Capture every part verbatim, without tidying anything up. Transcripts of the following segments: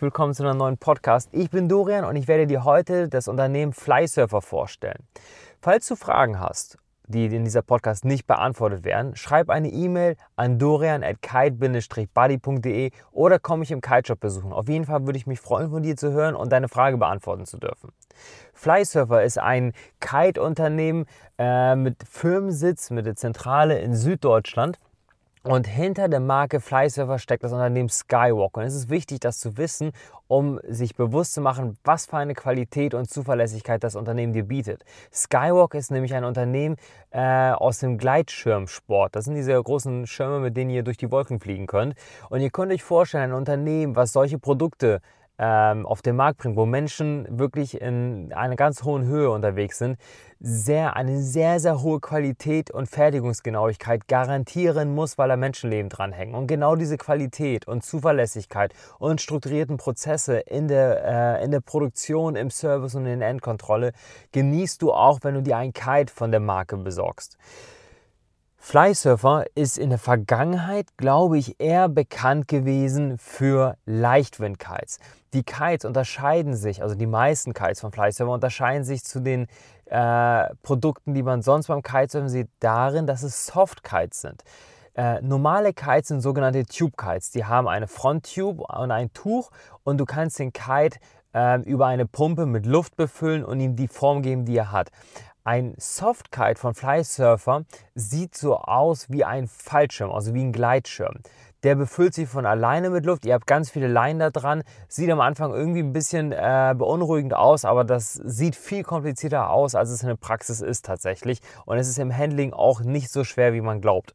herzlich willkommen zu einer neuen Podcast. Ich bin Dorian und ich werde dir heute das Unternehmen Flysurfer vorstellen. Falls du Fragen hast, die in dieser Podcast nicht beantwortet werden, schreib eine E-Mail an dorian at kite dash buddy punkt de oder komm mich im Kiteshop besuchen. Auf jeden Fall würde ich mich freuen, von dir zu hören und deine Frage beantworten zu dürfen. Flysurfer ist ein Kite-Unternehmen äh, mit Firmensitz, mit der Zentrale in Süddeutschland. Und hinter der Marke Flysurfer steckt das Unternehmen Skywalk. Und es ist wichtig, das zu wissen, um sich bewusst zu machen, was für eine Qualität und Zuverlässigkeit das Unternehmen dir bietet. Skywalk ist nämlich ein Unternehmen äh, aus dem Gleitschirmsport. Das sind diese großen Schirme, mit denen ihr durch die Wolken fliegen könnt. Und ihr könnt euch vorstellen, ein Unternehmen, was solche Produkte ähm, auf den Markt bringt, wo Menschen wirklich in einer ganz hohen Höhe unterwegs sind, sehr, eine sehr, sehr hohe Qualität und Fertigungsgenauigkeit garantieren muss, weil da Menschenleben dranhängen. Und genau diese Qualität und Zuverlässigkeit und strukturierten Prozesse in der, äh, in der Produktion, im Service und in der Endkontrolle genießt du auch, wenn du dir ein Kite von der Marke besorgst. Flysurfer ist in der Vergangenheit, glaube ich, eher bekannt gewesen für Leichtwind-Kites. Die Kites unterscheiden sich, also die meisten Kites von Flysurfer unterscheiden sich zu den äh, Produkten, die man sonst beim Kitesurfen sieht, darin, dass es Soft-Kites sind. Äh, normale Kites sind sogenannte Tube-Kites. Die haben eine Fronttube und ein Tuch und du kannst den Kite äh, über eine Pumpe mit Luft befüllen und ihm die Form geben, die er hat. Ein Softkite von Flysurfer sieht so aus wie ein Fallschirm, also wie ein Gleitschirm. Der befüllt sich von alleine mit Luft. Ihr habt ganz viele Leinen da dran. Sieht am Anfang irgendwie ein bisschen äh, beunruhigend aus, aber das sieht viel komplizierter aus, als es in der Praxis ist tatsächlich. Und es ist im Handling auch nicht so schwer, wie man glaubt.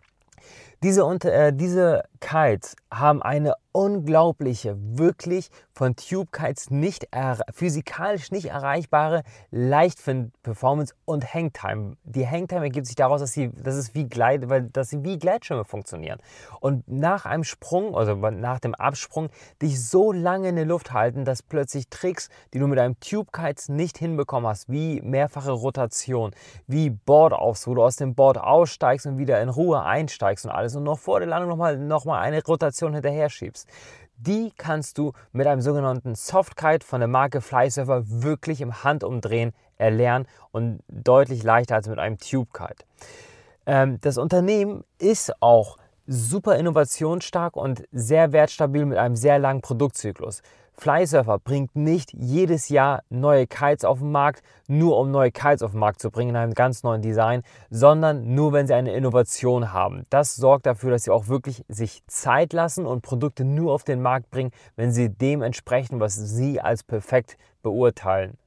Diese, äh, diese Kites haben eine unglaubliche, wirklich von Tube-Kites nicht physikalisch nicht erreichbare Leichtwind-Performance und Hangtime. Die Hangtime ergibt sich daraus, dass sie, dass es wie Gleit, weil, dass sie wie Gleitschirme funktionieren. Und nach einem Sprung, also nach dem Absprung, dich so lange in der Luft halten, dass plötzlich Tricks, die du mit einem Tube-Kites nicht hinbekommen hast, wie mehrfache Rotation, wie Board-Offs, wo du aus dem Board aussteigst und wieder in Ruhe einsteigst und alles und noch vor der Landung nochmal noch mal eine Rotation hinterher schiebst. Die kannst du mit einem sogenannten Softkite von der Marke Flysurfer wirklich im Handumdrehen erlernen und deutlich leichter als mit einem Tube-Kite. Ähm, das Unternehmen ist auch super innovationsstark und sehr wertstabil mit einem sehr langen Produktzyklus. Flysurfer bringt nicht jedes Jahr neue Kites auf den Markt, nur um neue Kites auf den Markt zu bringen in einem ganz neuen Design, sondern nur, wenn sie eine Innovation haben. Das sorgt dafür, dass sie auch wirklich sich Zeit lassen und Produkte nur auf den Markt bringen, wenn sie dem entsprechen, was sie als perfekt beurteilen.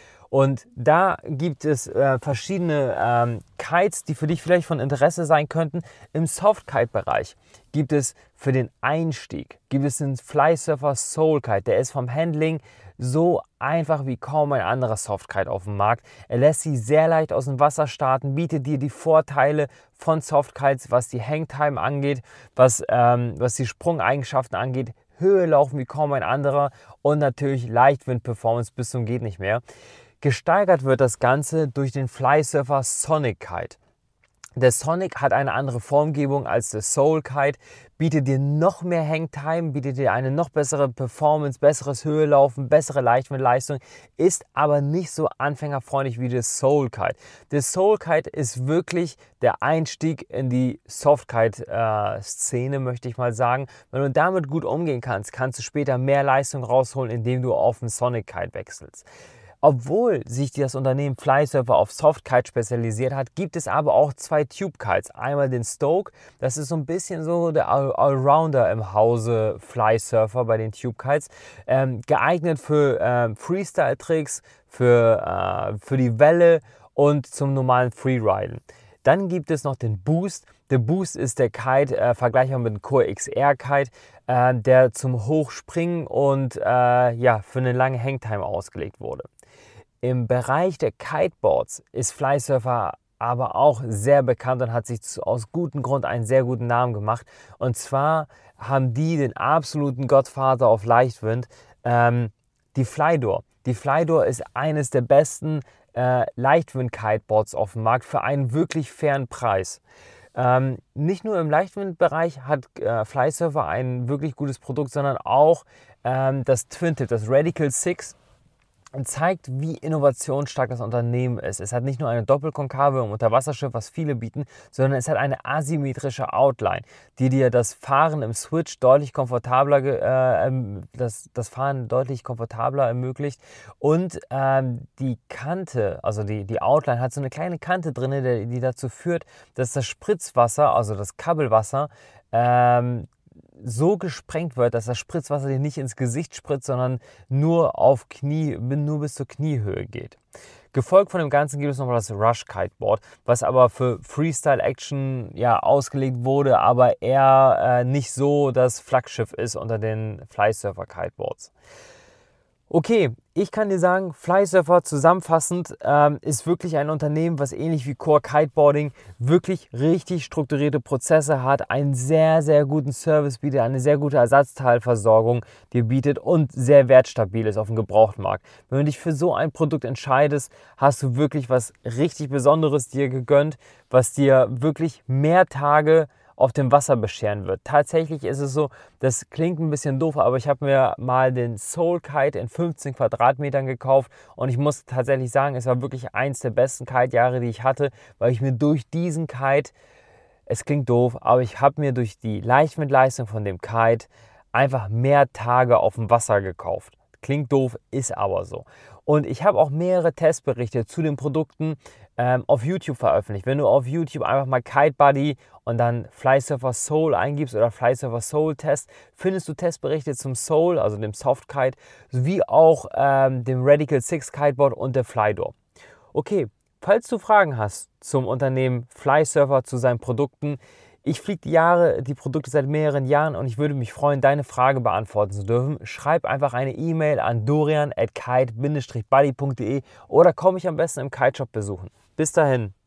Und da gibt es äh, verschiedene ähm, Kites, die für dich vielleicht von Interesse sein könnten. Im Soft-Kite-Bereich gibt es für den Einstieg, gibt es den Flysurfer Soul Kite. Der ist vom Handling so einfach wie kaum ein anderer Soft-Kite auf dem Markt. Er lässt sich sehr leicht aus dem Wasser starten, bietet dir die Vorteile von Soft-Kites, was die Hangtime angeht, was, ähm, was die Sprungeigenschaften angeht, Höhe laufen wie kaum ein anderer und natürlich Leichtwind-Performance bis zum geht nicht mehr. Gesteigert wird das Ganze durch den Flysurfer Sonic Kite. Der Sonic hat eine andere Formgebung als der Soul Kite, bietet dir noch mehr Hangtime, bietet dir eine noch bessere Performance, besseres Höhelaufen, bessere Leichtwindleistung, ist aber nicht so anfängerfreundlich wie der Soul Kite. Der Soul Kite ist wirklich der Einstieg in die Softkite-Szene, möchte ich mal sagen. Wenn du damit gut umgehen kannst, kannst du später mehr Leistung rausholen, indem du auf den Sonic Kite wechselst. Obwohl sich das Unternehmen Flysurfer auf Softkite spezialisiert hat, gibt es aber auch zwei Tube-Kites. Einmal den Stoke, das ist so ein bisschen so der Allrounder im Hause Flysurfer bei den Tube-Kites. Ähm, geeignet für ähm, Freestyle-Tricks, für, äh, für die Welle und zum normalen Freeriden. Dann gibt es noch den Boost. Der Boost ist der Kite, äh, vergleichbar mit dem Core X R Kite, äh, der zum Hochspringen und äh, ja, für eine lange Hangtime ausgelegt wurde. Im Bereich der Kiteboards ist Flysurfer aber auch sehr bekannt und hat sich aus gutem Grund einen sehr guten Namen gemacht. Und zwar haben die den absoluten Gottvater auf Leichtwind, ähm, die Flydoor. Die Flydoor ist eines der besten äh, Leichtwind-Kiteboards auf dem Markt für einen wirklich fairen Preis. Ähm, nicht nur im Leichtwindbereich hat äh, Flysurfer ein wirklich gutes Produkt, sondern auch ähm, das Twin-Tip, das Radical Six, und zeigt, wie innovationsstark das Unternehmen ist. Es hat nicht nur eine Doppelkonkave im Unterwasserschiff, was viele bieten, sondern es hat eine asymmetrische Outline, die dir das Fahren im Switch deutlich komfortabler, äh, das, das Fahren deutlich komfortabler ermöglicht. Und ähm, die Kante, also die, die Outline hat so eine kleine Kante drin, die, die dazu führt, dass das Spritzwasser, also das Kabelwasser, ähm, so gesprengt wird, dass das Spritzwasser dir nicht ins Gesicht spritzt, sondern nur auf Knie, nur bis zur Kniehöhe geht. Gefolgt von dem Ganzen gibt es noch das Rush Kiteboard, was aber für Freestyle Action ja ausgelegt wurde, aber eher äh, nicht so das Flaggschiff ist unter den Flysurfer Kiteboards. Okay, ich kann dir sagen, Flysurfer zusammenfassend ähm, ist wirklich ein Unternehmen, was ähnlich wie Core Kiteboarding wirklich richtig strukturierte Prozesse hat, einen sehr, sehr guten Service bietet, eine sehr gute Ersatzteilversorgung dir bietet und sehr wertstabil ist auf dem Gebrauchtmarkt. Wenn du dich für so ein Produkt entscheidest, hast du wirklich was richtig Besonderes dir gegönnt, was dir wirklich mehr Tage auf dem Wasser bescheren wird. Tatsächlich ist es so, das klingt ein bisschen doof, aber ich habe mir mal den Soul Kite in fünfzehn Quadratmetern gekauft und ich muss tatsächlich sagen, es war wirklich eins der besten Kite-Jahre, die ich hatte, weil ich mir durch diesen Kite, es klingt doof, aber ich habe mir durch die Leichtwindleistung von dem Kite einfach mehr Tage auf dem Wasser gekauft. Klingt doof, ist aber so. Und ich habe auch mehrere Testberichte zu den Produkten ähm, auf YouTube veröffentlicht. Wenn du auf YouTube einfach mal Kite Buddy und dann Flysurfer Soul eingibst oder Flysurfer Soul Test, findest du Testberichte zum Soul, also dem Soft Kite, sowie auch ähm, dem Radical Six Kiteboard und der Flydoor. Okay, falls du Fragen hast zum Unternehmen Flysurfer, zu seinen Produkten, ich fliege die Jahre, die Produkte seit mehreren Jahren und ich würde mich freuen, deine Frage beantworten zu dürfen. Schreib einfach eine E-Mail an dorian at kite Bindestrich buddy punkt de oder komm mich am besten im Kiteshop besuchen. Bis dahin.